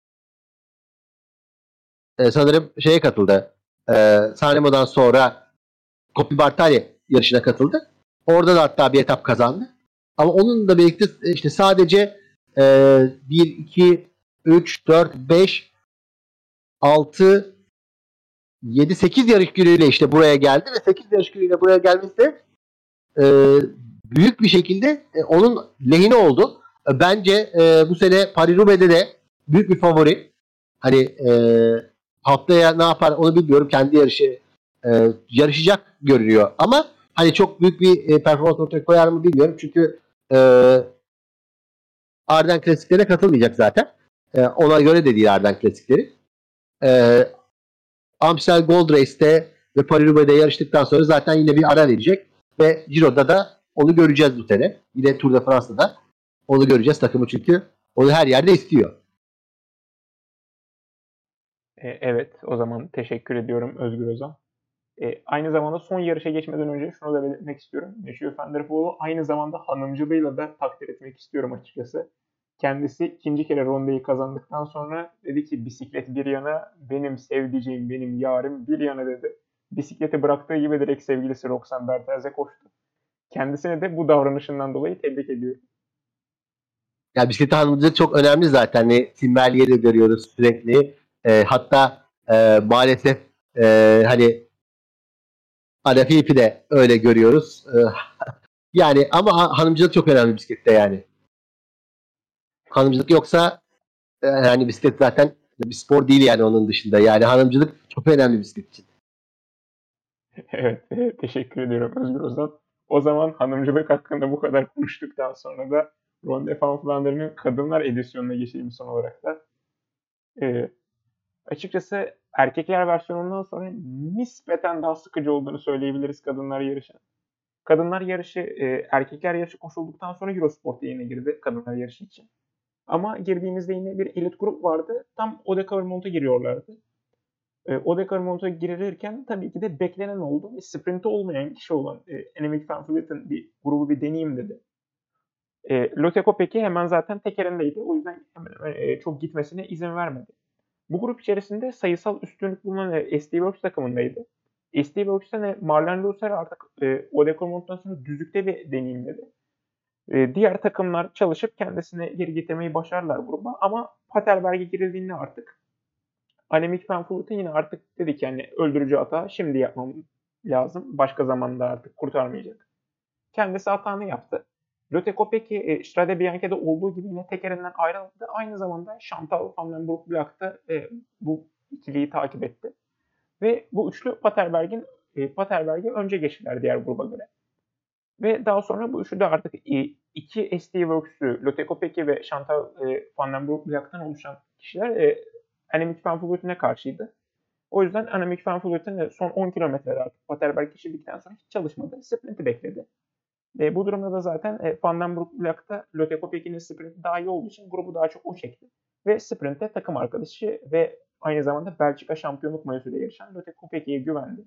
e, sanırım şeye katıldı. E, Sanremo'dan sonra Coppi Bartali yarışına katıldı. Orada da hatta bir etap kazandı. Ama onunla birlikte işte sadece e, bir, iki, üç, dört, beş, altı, yedi, sekiz yarış günüyle işte buraya geldi ve sekiz yarış günüyle buraya gelmesi de e, büyük bir şekilde e, onun lehine oldu. E, bence e, bu sene Paris-Roubaix'de de büyük bir favori. Hani e, haftaya ne yapar onu bilmiyorum. Kendi yarışı e, yarışacak görünüyor. Ama hani çok büyük bir e, performans ortaya koyar mı bilmiyorum. Çünkü e, Arden Klasiklerine katılmayacak zaten. E, ona göre de değil Arden Klasikleri. E, Amstel Gold Race'te ve Paris-Roubaix'de yarıştıktan sonra zaten yine bir ara verecek. Ve Giro'da da onu göreceğiz bu sene. Yine Tour de France'da da onu göreceğiz takımı çünkü onu her yerde istiyor. E, evet, o zaman teşekkür ediyorum Özgür Ozan. E, aynı zamanda son yarışa geçmeden önce şunu da belirtmek istiyorum. Mathieu van der Poel'u aynı zamanda hanımcılığıyla da takdir etmek istiyorum açıkçası. Kendisi ikinci kere rondeyi kazandıktan sonra dedi ki bisiklet bir yana, benim sevdiceğim, benim yarim bir yana dedi. Bisikleti bıraktığı gibi direkt sevgilisi Roxane Bertels'e koştu. Kendisine de bu davranışından dolayı tebrik ediyorum. Yani bisiklet hanımcılık çok önemli zaten. Hani Tim Merlier'i de görüyoruz sürekli. E, hatta e, maalesef e, hani Alaphilipp'i de öyle görüyoruz. E, yani ama hanımcılık çok önemli bisiklette yani. Hanımcılık yoksa e, yani bisiklet zaten bir spor değil yani onun dışında. Yani hanımcılık çok önemli bisiklet için. Evet, e, teşekkür ediyorum Özgür Ozan. O zaman hanımcılık hakkında bu kadar konuştuktan sonra da Ronde van Vlaanderen'in kadınlar edisyonuna geçelim son olarak da. E, Açıkçası erkekler versiyonundan sonra nispeten daha sıkıcı olduğunu söyleyebiliriz kadınlar yarışı. Kadınlar yarışı, e, erkekler yarışı koşulduktan sonra Eurosport yayına girdi kadınlar yarışı için. Ama girdiğimizde yine bir elit grup vardı. Tam Odecavermont'a giriyorlardı. E, Odecavermont'a girilirken tabii ki de beklenen oldu. Bir sprinti olmayan kişi olan e, Annemiek van Vleuten bir grubu bir deneyeyim dedi. E, Lotte Kopecky hemen zaten tekerindeydi. O yüzden hemen, e, çok gitmesine izin vermedi. Bu grup içerisinde sayısal üstünlük bulunan e, S D Works takımındaydı. S D Works'ta ne Marlen Loser artık e, Odecavermont'tan sonra düzlükte bir deneyimledi. E, diğer takımlar çalışıp kendisine geri getirmeyi başardılar gruba ama Paterberg'e girildiğinde artık Annemiek van Vleuten yine artık dedi ki yani öldürücü hata şimdi yapmam lazım. Başka zamanda artık kurtarmayacak. Kendisi hatanı yaptı. Lotte Kopecky e, Strade Bianche'de olduğu gibi yine tekerinden ayrıldı. Aynı zamanda Chantal van den Broek da e, bu ikiliyi takip etti. Ve bu üçlü Paterberg'in e, Paterberg'e önce geçtiler diğer gruba göre. Ve daha sonra bu üçlü de artık e, iki S D Works'ü Lotte Kopecky ve Chantal e, van den Broek'tan oluşan kişiler e, Annemiek van Vleuten'e karşıydı. O yüzden Annemiek van Vleuten son on kilometrede artık Paterberg geçirdikten sonra hiç çalışmadı. Sprinti bekledi. E, bu durumda da zaten e, Van den Broek'ta Lotte Kopecky'nin sprinti daha iyi olduğu için grubu daha çok o çekti. Ve sprintte takım arkadaşı ve aynı zamanda Belçika şampiyonluk mayosuyla yarışan Lotte Kopecky'ye güvendi.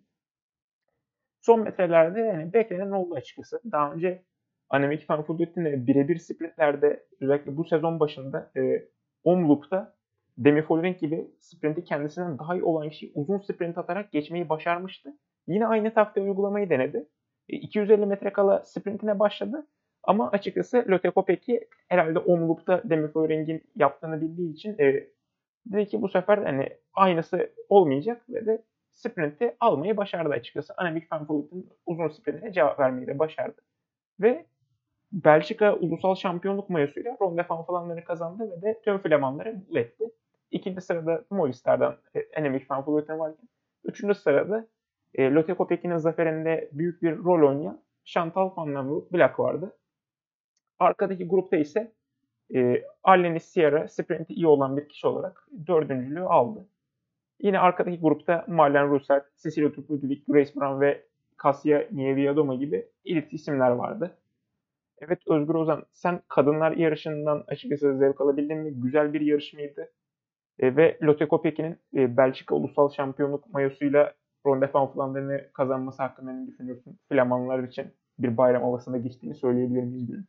Son metrelerde yani beklenen oldu açıkçası. Daha önce Annemiek van Vleuten'le birebir sprintlerde özellikle bu sezon başında e, Omloop'ta Demi Vollering gibi sprinti kendisinden daha iyi olan kişiyi uzun sprint atarak geçmeyi başarmıştı. Yine aynı taktiği uygulamayı denedi. E, iki yüz elli metre kala sprintine başladı. Ama açıkçası Lotte Kopecky herhalde Omloop'ta Demi Vollering'in yaptığını bildiği için e, dedi ki bu sefer hani aynısı olmayacak ve de sprinti almayı başardı açıkçası. Annemiek van Vleuten uzun sprintine cevap vermeyi de başardı. Ve Belçika Ulusal Şampiyonluk mayosuyla Ronde van Vlaanderen'i kazandı ve de tüm Flamanları mutlu etti. İkinci sırada Movistar'dan e, Annemiek van Vleuten varken, üçüncü sırada e, Lotte Kopeck'in zaferinde büyük bir rol oynayan Chantal van der Black vardı. Arkadaki grupta ise e, Aleni Sierra sprinti iyi olan bir kişi olarak dördüncülüğü aldı. Yine arkadaki grupta Marlen Reusser, Cecilia Topuria, Grace Brown ve Kasia Niewiadoma gibi elit isimler vardı. Evet Özgür Ozan, sen kadınlar yarışından açıkçası zevk alabildin mi? Güzel bir yarış mıydı? E, ve Lotte Kopeck'in e, Belçika Ulusal Şampiyonluk mayosuyla Ronde van Vlaanderen'i kazanması hakkında ne düşünüyorsun? Flamanlar için bir bayram havasında geçtiğini söyleyebilir miyiz günün?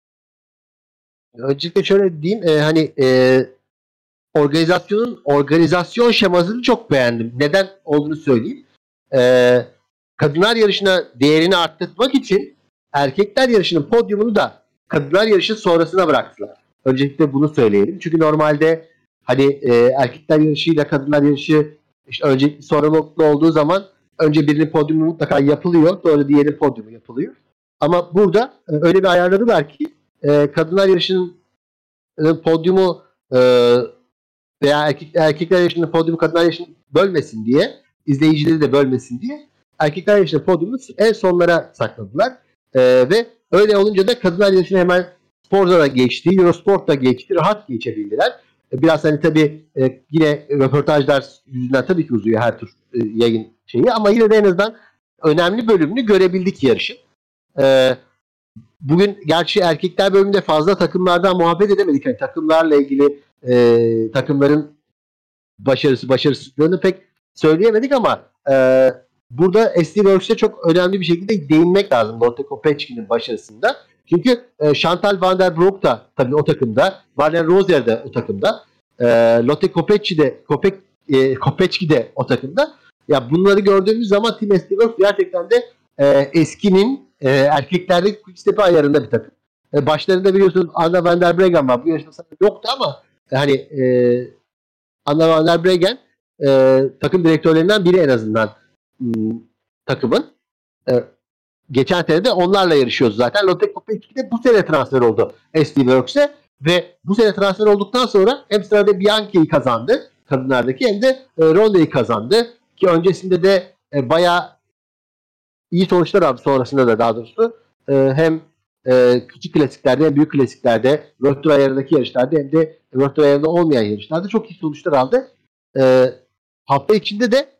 Öncelikle şöyle diyeyim, e, hani e, organizasyonun organizasyon şemasını çok beğendim. Neden olduğunu söyleyeyim. E, kadınlar yarışına değerini arttırmak için erkekler yarışının podyumunu da kadınlar yarışı sonrasına bıraktılar. Öncelikle bunu söyleyelim. Çünkü normalde hani e, erkekler yarışıyla kadınlar yarışı işte öncelikli sorumluluklu olduğu zaman önce birinin podyumu mutlaka yapılıyor. Sonra diğerinin podyumu yapılıyor. Ama burada e, öyle bir ayarladılar ki e, kadınlar yarışının e, podyumu e, veya erkek, erkekler yarışının podyumu kadınlar yarışını bölmesin diye, izleyicileri de bölmesin diye erkekler yarışının podyumunu en sonlara sakladılar. Ee, ve öyle olunca da kadınlar yarışını hemen Sporza da geçti, Eurosport da geçti, rahat geçebildiler. Biraz hani tabii e, yine röportajlar yüzünden tabii ki uzuyor her tür e, yayın şeyi ama yine de en azından önemli bölümünü görebildik yarışın. Ee, bugün gerçi erkekler bölümünde fazla takımlardan muhabbet edemedik. Yani takımlarla ilgili e, takımların başarısı başarısızlığını pek söyleyemedik ama e, burada S D Works'e çok önemli bir şekilde değinmek lazım Lotte Kopeck'in başarısında. Çünkü e, Chantal van der Broek da tabii o takımda, Marlen Reusser de o takımda, e, Lotte Kopecky de Kopeck, e, Kopecky de o takımda. Ya bunları gördüğümüz zaman Team S D Works gerçekten de e, eskinin e, erkeklerdeki Quickstep'e ayarında bir takım. E, başlarında biliyorsunuz Anna van der Breggen var. Bu yarışta yoktu ama hani e, Anna van der Breggen e, takım direktörlerinden biri en azından m, takımın. E, geçen sene de onlarla yarışıyoruz zaten. Lotte Kopecky de bu sene transfer oldu S D Works'e ve bu sene transfer olduktan sonra hem Strade Bianchi'yi kazandı kadınlardaki hem de e, Ronde'yi kazandı. Ki öncesinde de e, bayağı iyi sonuçlar aldı sonrasında da daha doğrusu. E, hem e, küçük klasiklerde hem büyük klasiklerde World Tour ayarındaki yarışlarda hem de World Tour ayarında olmayan yarışlarda çok iyi sonuçlar aldı. E, hafta içinde de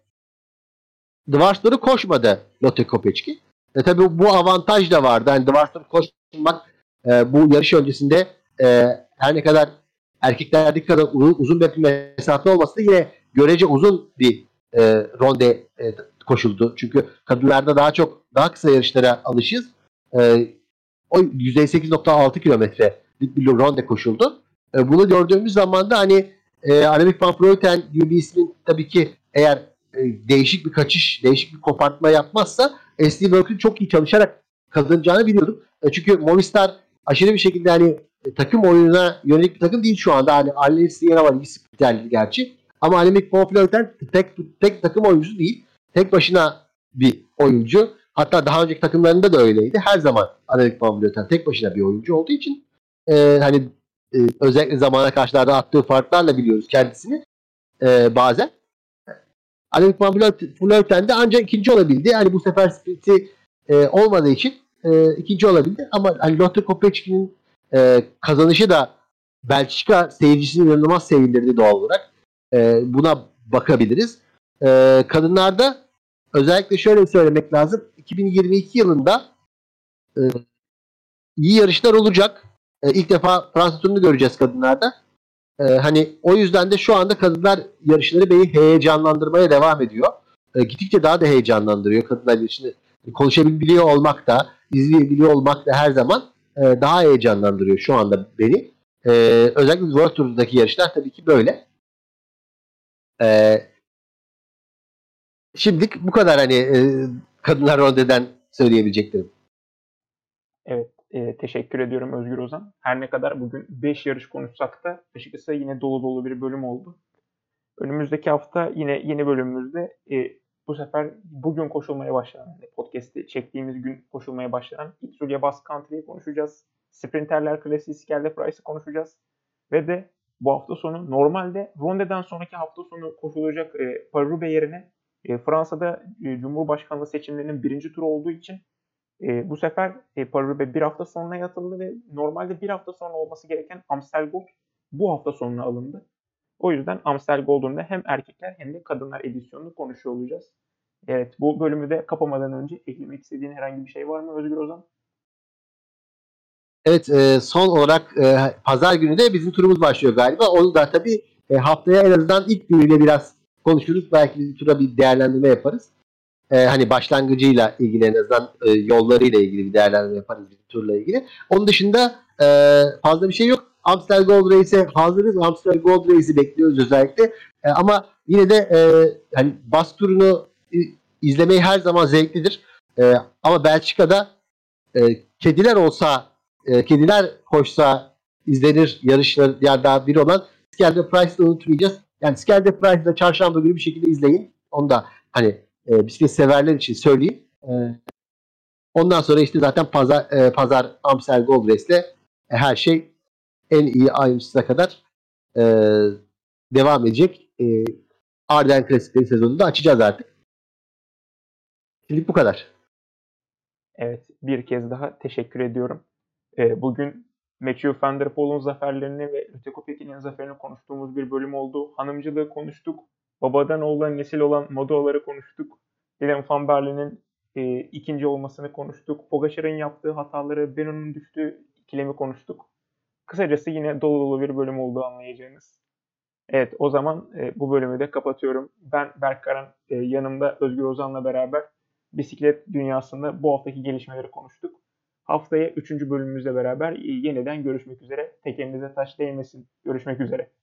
Dvarstor'u koşmadı Lotte Kopecky. E, tabii bu avantaj da vardı. Yani Dvarstor'u koşmak e, bu yarış öncesinde e, her ne kadar erkeklerdeki kadar uzun, uzun bir mesafe olmasa da yine görece uzun bir e, ronde e, koşuldu. Çünkü kadınlarda daha çok daha kısa yarışlara alışız. E, o yüz sekiz nokta altı kilometre bir ronde koşuldu. E, bunu gördüğümüz zaman da hani e, Annemiek van Vleuten gibi bir ismin tabii ki eğer e, değişik bir kaçış, değişik bir kopartma yapmazsa S D Works'ün çok iyi çalışarak kazanacağını biliyorduk. E, çünkü Movistar aşırı bir şekilde hani e, takım oyununa yönelik bir takım değil şu anda. Hani Aleni Sierra var, iyi sprinterli gerçi. Ama Annemiek van Vleuten tek, tek takım oyuncusu değil. Tek başına bir oyuncu. Hatta daha önceki takımlarında da öyleydi. Her zaman Annemiek van Vleuten tek başına bir oyuncu olduğu için e, hani e, özellikle zamana karşılarda attığı farklarla biliyoruz kendisini e, bazen. Annemiek van Vleuten de ancak ikinci olabildi. Yani bu sefer sprinti e, olmadığı için e, ikinci olabildi. Ama hani Lotte Kopeck'in e, kazanışı da Belçika seyircisini inanılmaz sevindirdi doğal olarak. E, buna bakabiliriz. E, kadınlarda özellikle şöyle söylemek lazım. iki bin yirmi iki yılında e, iyi yarışlar olacak. E, ilk defa Fransa turunu göreceğiz kadınlarda. E, hani o yüzden de şu anda kadınlar yarışları beni heyecanlandırmaya devam ediyor. E, gittikçe daha da heyecanlandırıyor kadınlar yarışını. Konuşabiliyor olmak da, izleyebiliyor olmak da her zaman e, daha heyecanlandırıyor şu anda beni. E, özellikle World Tour'daki yarışlar tabii ki böyle. E, şimdilik bu kadar hani e, kadınlar rondeden söyleyebileceklerim. Evet, e, teşekkür ediyorum Özgür Ozan. Her ne kadar bugün beş yarış konuşsak da açıkçası yine dolu dolu bir bölüm oldu. Önümüzdeki hafta yine yeni bölümümüzde e, bu sefer bugün koşulmaya başlayan, yani podcast'i çektiğimiz gün koşulmaya başlayan Itzulia Basque Country'yi konuşacağız. Sprinterler Klasiği Skier de Price'ı konuşacağız. Ve de bu hafta sonu normalde Ronde'den sonraki hafta sonu koşulacak e, Paris-Roubaix yerine e, Fransa'da e, Cumhurbaşkanlığı seçimlerinin birinci turu olduğu için e, bu sefer e, Paris-Roubaix bir hafta sonuna yatıldı ve normalde bir hafta sonra olması gereken Amstel Gold bu hafta sonuna alındı. O yüzden Amstel Gold'un hem erkekler hem de kadınlar edisyonunu konuşuyor olacağız. Evet, bu bölümü de kapamadan önce eklemek istediğin herhangi bir şey var mı Özgür Ozan? Evet, e, son olarak e, pazar günü de bizim turumuz başlıyor galiba. Onu da tabii e, haftaya en azından ilk günüyle biraz konuşuruz. Belki bizim tura bir değerlendirme yaparız. E, hani başlangıcıyla ilgili, en azından e, yollarıyla ilgili bir değerlendirme yaparız bizim turla ilgili. Onun dışında e, fazla bir şey yok. Amstel Gold Race'e hazırız. Amstel Gold Race'i bekliyoruz özellikle. E, ama yine de e, hani bas turunu e, izlemeyi her zaman zevklidir. E, ama Belçika'da e, kediler olsa, e, kediler koşsa izlenir yarışlar yani daha biri olan Skier de Price'ı unutmayacağız. Yani Skier de Price'ı çarşamba günü bir şekilde izleyin. Onu da hani e, bisiklet severler için söyleyeyim. E, ondan sonra işte zaten pazar, e, pazar Amstel Gold Race'le e, her şey en iyi ayrıntısına kadar e, devam edecek. E, Arden Klasikleri sezonunu da açacağız artık. Şimdi bu kadar. Evet, bir kez daha teşekkür ediyorum. Ee, bugün Mathieu van der Poel'un zaferlerini ve Rüte Kopeck'in zaferini konuştuğumuz bir bölüm oldu. Hanımcılığı konuştuk. Babadan oğula nesil olan Modo'ları konuştuk. Dylan van Baarle'nin e, ikinci olmasını konuştuk. Pogacar'ın yaptığı hataları, Beno'nun düştüğü ikilemi konuştuk. Kısacası yine dolu dolu bir bölüm oldu anlayacağınız. Evet, o zaman e, bu bölümü de kapatıyorum. Ben Berk Karan, e, yanımda Özgür Ozan'la beraber bisiklet dünyasında bu haftaki gelişmeleri konuştuk. Haftaya üçüncü bölümümüzle beraber e, yeniden görüşmek üzere. Tekerinize taş değmesin. Görüşmek üzere.